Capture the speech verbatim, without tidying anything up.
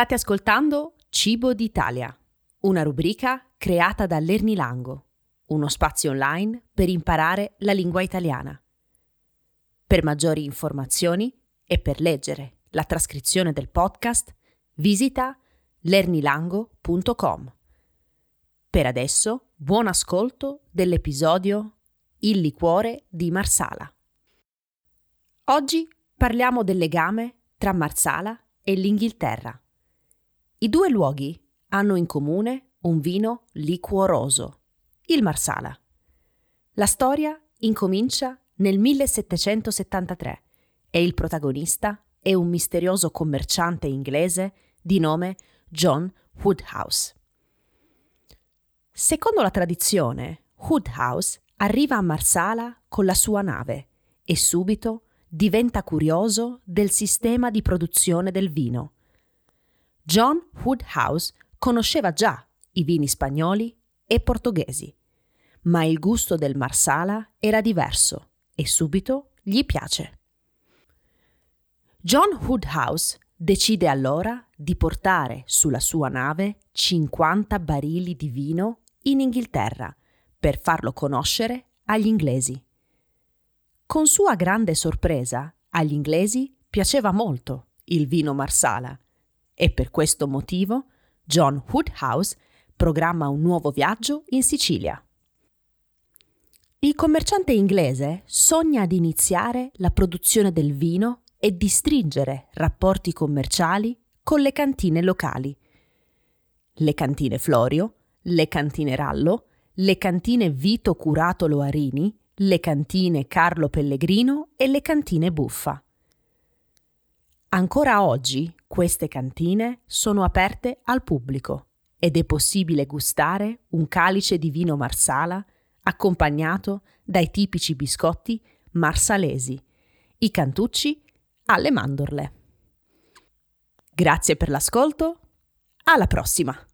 State ascoltando Cibo d'Italia, una rubrica creata da Lernilango, uno spazio online per imparare la lingua italiana. Per maggiori informazioni e per leggere la trascrizione del podcast, visita lernilango punto com. Per adesso, buon ascolto dell'episodio Il liquore di Marsala. Oggi parliamo del legame tra Marsala e l'Inghilterra. I due luoghi hanno in comune un vino liquoroso, il Marsala. La storia incomincia nel millesettecentosettantatré e il protagonista è un misterioso commerciante inglese di nome John Woodhouse. Secondo la tradizione, Woodhouse arriva a Marsala con la sua nave e subito diventa curioso del sistema di produzione del vino. John Woodhouse conosceva già i vini spagnoli e portoghesi, ma il gusto del Marsala era diverso e subito gli piace. John Woodhouse decide allora di portare sulla sua nave cinquanta barili di vino in Inghilterra per farlo conoscere agli inglesi. Con sua grande sorpresa, agli inglesi piaceva molto il vino Marsala e per questo motivo John Woodhouse programma un nuovo viaggio in Sicilia. Il commerciante inglese sogna di iniziare la produzione del vino e di stringere rapporti commerciali con le cantine locali. Le cantine Florio, le cantine Rallo, le cantine Vito Curato Loarini, le cantine Carlo Pellegrino e le cantine Buffa. Ancora oggi queste cantine sono aperte al pubblico ed è possibile gustare un calice di vino Marsala accompagnato dai tipici biscotti marsalesi, i cantucci alle mandorle. Grazie per l'ascolto, alla prossima!